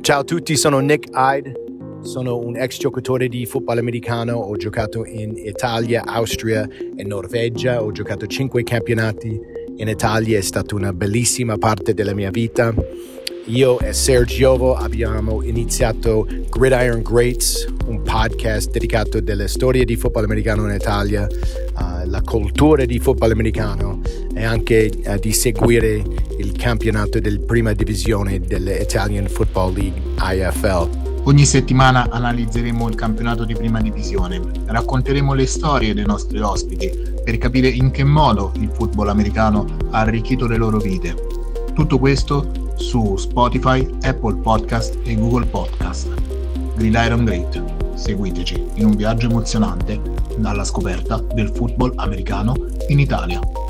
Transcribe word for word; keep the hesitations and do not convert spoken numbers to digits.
Ciao a tutti, sono Nick Hyde, sono un ex giocatore di football americano, ho giocato in Italia, Austria e Norvegia, ho giocato cinque campionati in Italia, è stata una bellissima parte della mia vita. Io e Serge Giovo abbiamo iniziato Gridiron Greats, un podcast dedicato alle storie di football americano in Italia, uh, la cultura di football americano e anche uh, di seguire il campionato della prima divisione dell'Italian Football League I F L. Ogni settimana analizzeremo il campionato di prima divisione, racconteremo le storie dei nostri ospiti per capire in che modo il football americano ha arricchito le loro vite. Tutto questo su Spotify, Apple Podcast e Google Podcast. Gridiron Great. Seguiteci in un viaggio emozionante alla scoperta del football americano in Italia.